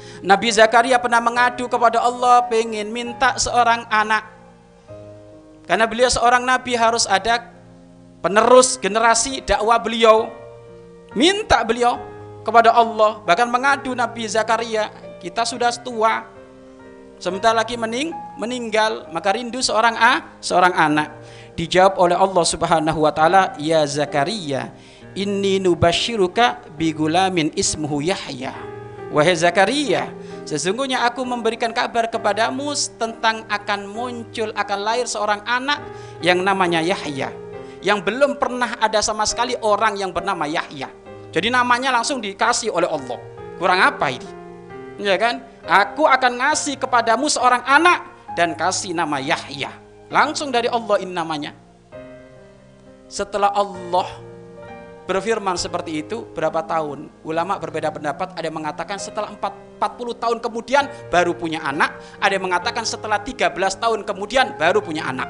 Nabi Zakaria pernah mengadu kepada Allah, pengen minta seorang anak. Karena beliau seorang nabi, harus ada penerus generasi dakwah beliau. Minta beliau kepada Allah, bahkan mengadu Nabi Zakaria, kita sudah tua, sebentar lagi meninggal, maka rindu seorang anak. Dijawab oleh Allah Subhanahu wa taala, ya Zakaria, inni nubashiruka bigulamin ismuhu Yahya. Wahai Zakaria, sesungguhnya aku memberikan kabar kepadamu tentang akan muncul, akan lahir seorang anak yang namanya Yahya, yang belum pernah ada sama sekali orang yang bernama Yahya. Jadi namanya langsung dikasih oleh Allah. Kurang apa ini? Ya kan? Aku akan ngasih kepadamu seorang anak dan kasih nama Yahya. Langsung dari Allah ini namanya. Setelah Allah berfirman seperti itu, berapa tahun? Ulama berbeda pendapat. Ada yang mengatakan setelah 40 tahun kemudian baru punya anak. Ada yang mengatakan setelah 13 tahun kemudian baru punya anak.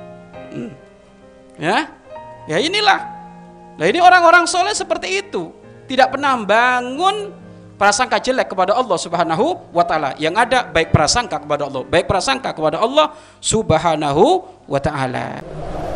Ya inilah. Nah ini orang-orang soleh seperti itu. Tidak pernah bangun prasangka jelek kepada Allah Subhanahu wa ta'ala. Yang ada baik prasangka kepada Allah, baik prasangka kepada Allah Subhanahu wa ta'ala.